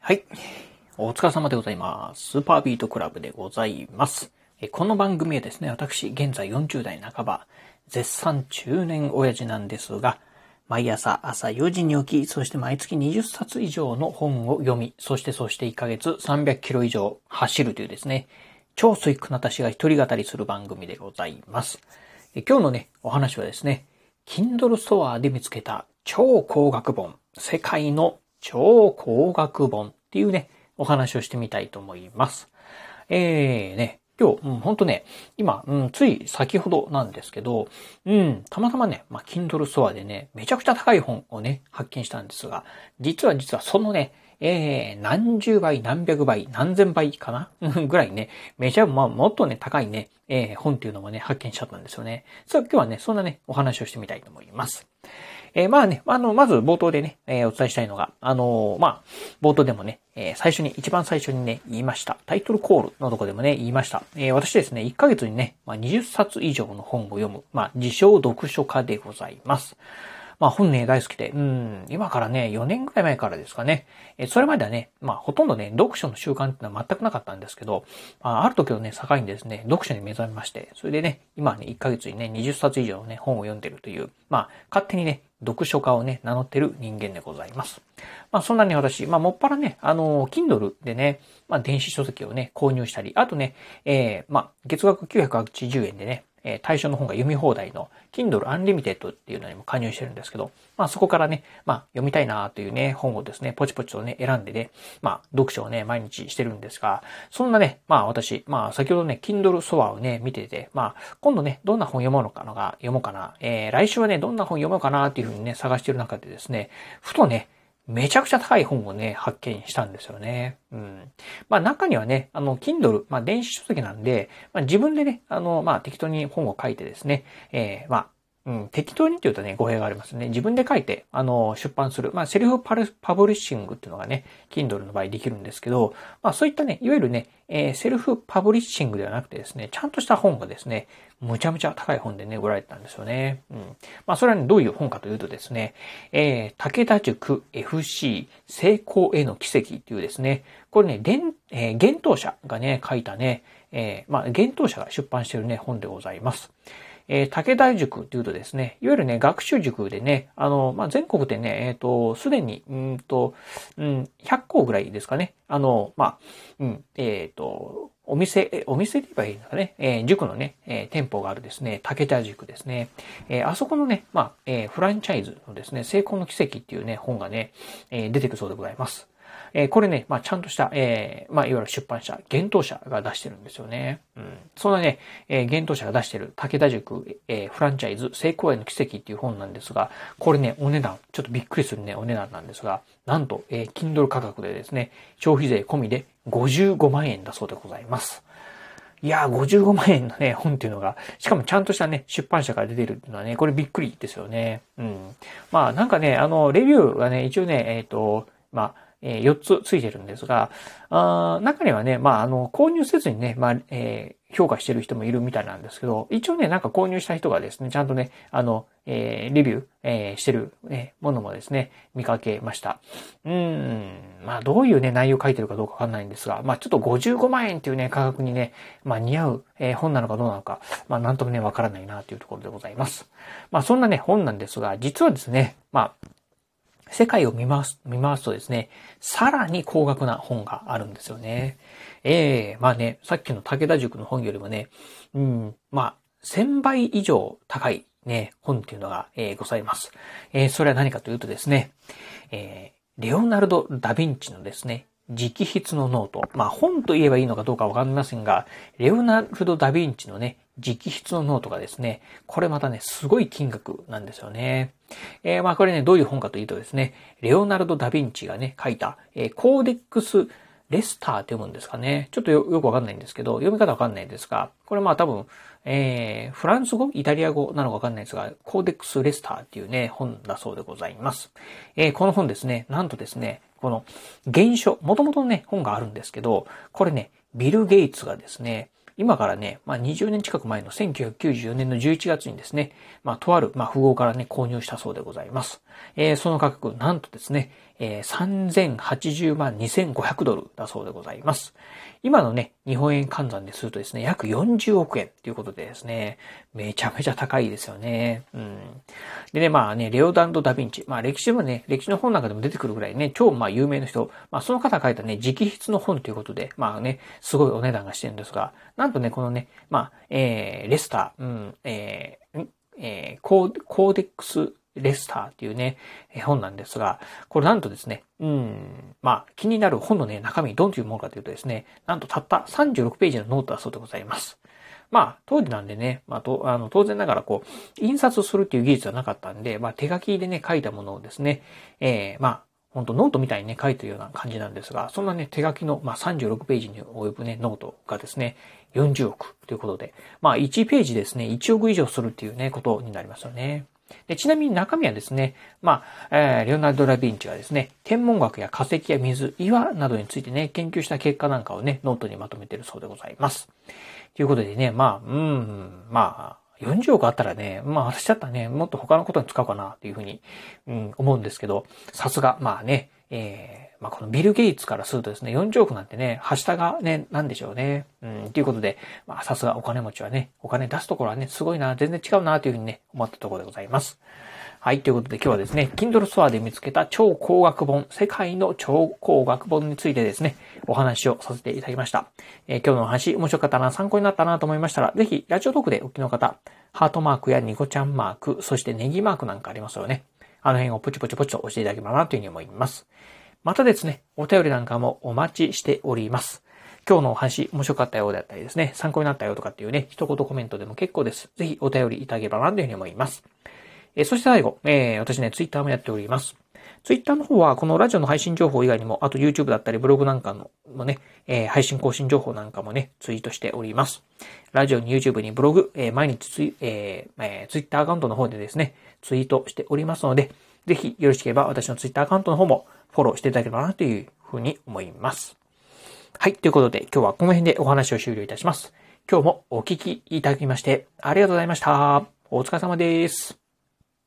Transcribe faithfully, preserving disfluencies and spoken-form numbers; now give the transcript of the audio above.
はい。お疲れ様でございます。スーパービートクラブでございます。この番組はですね、私、現在よんじゅう代半ば、絶賛中年親父なんですが、毎朝朝よじに起き、そして毎月にじゅっさつ以上の本を読み、そしてそしていっかげつさんびゃくキロ以上走るというですね、超スイックな私が一人語りする番組でございます。今日のね、お話はですね、Kindle ストアで見つけた超高額本、世界の超高額本っていうね、お話をしてみたいと思います。えーね、今日、うん、ほんとね、今、うん、つい先ほどなんですけど、うん、たまたまね、まあ、Kindle ストアでね、めちゃくちゃ高い本をね、発見したんですが、実は実はそのね、えー、何十倍、何百倍、何千倍かなぐらいね、めちゃ、まあ、もっとね、高いね、えー、本っていうのもね、発見しちゃったんですよね。さあ、今日はね、そんなね、お話をしてみたいと思います。えー、まあね、あの、まず冒頭でね、えー、お伝えしたいのが、あのー、まあ、冒頭でもね、えー、最初に、一番最初にね、言いました。タイトルコールのとこでもね、言いました。えー、私ですね、いっかげつにね、まあ、にじゅっさつ以上の本を読む、まあ、自称読書家でございます。まあ本ね、大好きで、うん、今からね、よねんぐらい前からですかね。え、それまではね、まあほとんどね、読書の習慣ってのは全くなかったんですけど、まあ、ある時をね、境にですね、読書に目覚めまして、それでね、今はね、いっかげつにね、にじゅっさつ以上のね、本を読んでるという、まあ、勝手にね、読書家をね、名乗ってる人間でございます。まあそんなに私、まあもっぱらね、あの、Kindle でね、まあ電子書籍をね、購入したり、あとね、えー、まあ月額きゅうひゃくはちじゅうえんでね、えー、対象の本が読み放題の Kindle Unlimited っていうのにも加入してるんですけど、まあそこからね、まあ読みたいなというね、本をですね、ポチポチとね、選んでね、まあ読書をね、毎日してるんですが、そんなね、まあ私、まあ先ほどね、Kindle ストアをね、見てて、まあ今度ね、どんな本読もうのかのが、読もうかな、えー、来週はね、どんな本読もうかなっていうふうにね、探してる中でですね、ふとね、めちゃくちゃ高い本をね、発見したんですよね。うん。まあ中にはね、あの、Kindle、まあ電子書籍なんで、まあ自分でね、あの、まあ適当に本を書いてですね、えー、まあ、うん、適当にって言うとね、語弊がありますね。自分で書いて、あの、出版する。まあ、セルフパルパブリッシングっていうのがね、Kindle の場合できるんですけど、まあ、そういったね、いわゆるね、えー、セルフパブリッシングではなくてですね、ちゃんとした本がですね、むちゃむちゃ高い本でね、売られてたんですよね。うん。まあ、それはね、どういう本かというとですね、えー、武田塾 エフシー 成功への奇跡っていうですね、これね、伝、えー、幻冬者がね、書いたね、えー、まあ、幻冬者が出版しているね、本でございます。えー、武田塾っていうとですね、いわゆるね、学習塾でね、あの、まあ、全国でね、えっと、すでに、うんと、うん、ひゃっこうぐらいですかね。あの、まあ、うん、えっと、お店、お店で言えばいいのかね、えー、塾のね、えー、店舗があるですね、武田塾ですね。えー、あそこのね、まあ、えー、フランチャイズのですね、成功の奇跡っていうね、本がね、えー、出てくるそうでございます。えー、これね、まあ、ちゃんとした、えー、まあ、いわゆる出版社、幻冬社が出してるんですよね。うん。そんなね、えー、幻冬社が出してる武田塾、えー、フランチャイズ、成功への奇跡っていう本なんですが、これね、お値段、ちょっとびっくりするね、お値段なんですが、なんと、えー、Kindle 価格でですね、消費税込みでごじゅうごまんえんだそうでございます。いやー、ごじゅうごまんえんのね、本っていうのが、しかもちゃんとしたね、出版社から出てるっていうのはね、これびっくりですよね。うん。まあ、なんかね、あの、レビューがね、一応ね、えっと、まあ、えー、よっつついてるんですが、あ中にはね、まあ、あの、購入せずにね、まあ、えー、評価してる人もいるみたいなんですけど、一応ね、なんか購入した人がですね、ちゃんとね、あの、えー、レビュー、えー、してる、ね、ものもですね、見かけました。うーん、まあ、どういうね、内容書いてるかどうかわかんないんですが、まあ、ちょっとごじゅうごまんえんっていうね、価格にね、まあ、似合う、えー、本なのかどうなのか、まあ、なんともね、わからないなというところでございます。まあ、そんなね、本なんですが、実はですね、まあ、世界を見回す、見回すとですね、さらに高額な本があるんですよね。ええー、まあね、さっきの武田塾の本よりもね、うん、まあ、せんばい以上高いね、本っていうのが、えー、ございます。えー、それは何かというとですね、えー、レオナルド・ダ・ヴィンチのですね、直筆のノート。まあ本と言えばいいのかどうかわかりませんが、レオナルド・ダ・ヴィンチのね、直筆のノートがですね、これまたね、すごい金額なんですよね。えー、まあこれね、どういう本かというとですね、レオナルド・ダ・ヴィンチがね、書いた、えー、コーデックス・レスターって読むんですかね。ちょっと よ, よくわかんないんですけど、読み方わかんないんですが、これまあ多分、えー、フランス語イタリア語なのかわかんないですが、コーデックス・レスターっていうね、本だそうでございます。えー、この本ですね、なんとですね、この原書、もともとね、本があるんですけど、これね、ビル・ゲイツがですね、今からね、まあにじゅうねん近く前のせんきゅうひゃくきゅうじゅうよねんのじゅういちがつにですね、まあとある、まあ富豪からね、購入したそうでございます。 えー、その価格、なんとですね、えー、さんぜんはちじゅうまんにせんごひゃくドルだそうでございます。今のね、日本円換算でするとですね、約よんじゅうおくえんということでですね、めちゃめちゃ高いですよね。うん。でね、まあね、レオナルド・ダ・ヴィンチ。まあ歴史もね、歴史の本なんかでも出てくるぐらいね、超まあ有名な人。まあその方が書いたね、直筆の本ということで、まあね、すごいお値段がしてるんですが、なんとね、このね、まあ、えー、レスター、うん、えー、えー、コー、コーデックス、レスターっていうね、本なんですが、これなんとですね、うん、まあ気になる本のね、中身どういうものかというとですね、なんとたったさんじゅうろくページのノートだそうでございます。まあ当時なんでね、まあと、あの当然ながらこう、印刷するっていう技術はなかったんで、まあ手書きでね、書いたものをですね、えー、まあ、本当ノートみたいにね、書いてるような感じなんですが、そんなね、手書きの、まあ、さんじゅうろくページに及ぶね、ノートがですね、よんじゅうおくということで、まあ、いちページですね、いちおく以上するっていうね、ことになりますよね。でちなみに中身はですね、まあ、えー、レオナルド・ダ・ヴィンチがですね、天文学や化石や水、岩などについてね、研究した結果なんかをね、ノートにまとめているそうでございます。ということでね、まあ、うん、まあ、よんじゅうおくあったらね、まあ私だったらね、もっと他のことに使うかなっていうふうに、うん、思うんですけど、さすが、まあね、えー、まあこのビル・ゲイツからするとですね、よんじゅうおくなんてね、はしたがね、なんでしょうね。うん、ということで、まあさすがお金持ちはね、お金出すところはね、すごいな、全然違うなというふうにね、思ったところでございます。はい。ということで今日はですね、Kindle ストアで見つけた超高額本、世界の超高額本についてですね、お話をさせていただきました。えー、今日のお話、面白かったな、参考になったなと思いましたら、ぜひ、ラジオトークでお聞きの方、ハートマークやニコちゃんマーク、そしてネギマークなんかありますよね。あの辺をポチポチポチと押していただければなというふうに思います。またですね、お便りなんかもお待ちしております。今日のお話面白かったようだったりですね、参考になったよとかっていうね、一言コメントでも結構です。ぜひお便りいただければなというふうに思います。えー、そして最後、えー、私ね、ツイッターもやっております。ツイッターの方は、このラジオの配信情報以外にも、あと YouTube だったりブログなんかのもね、えー、配信更新情報なんかもね、ツイートしております。ラジオに YouTube にブログ、えー、毎日ツイ、えーえー、ツイッターアカウントの方でですね、ツイートしておりますので、ぜひよろしければ私のツイッターアカウントの方もフォローしていただければなというふうに思います。はい、ということで今日はこの辺でお話を終了いたします。今日もお聞きいただきましてありがとうございました。お疲れ様です。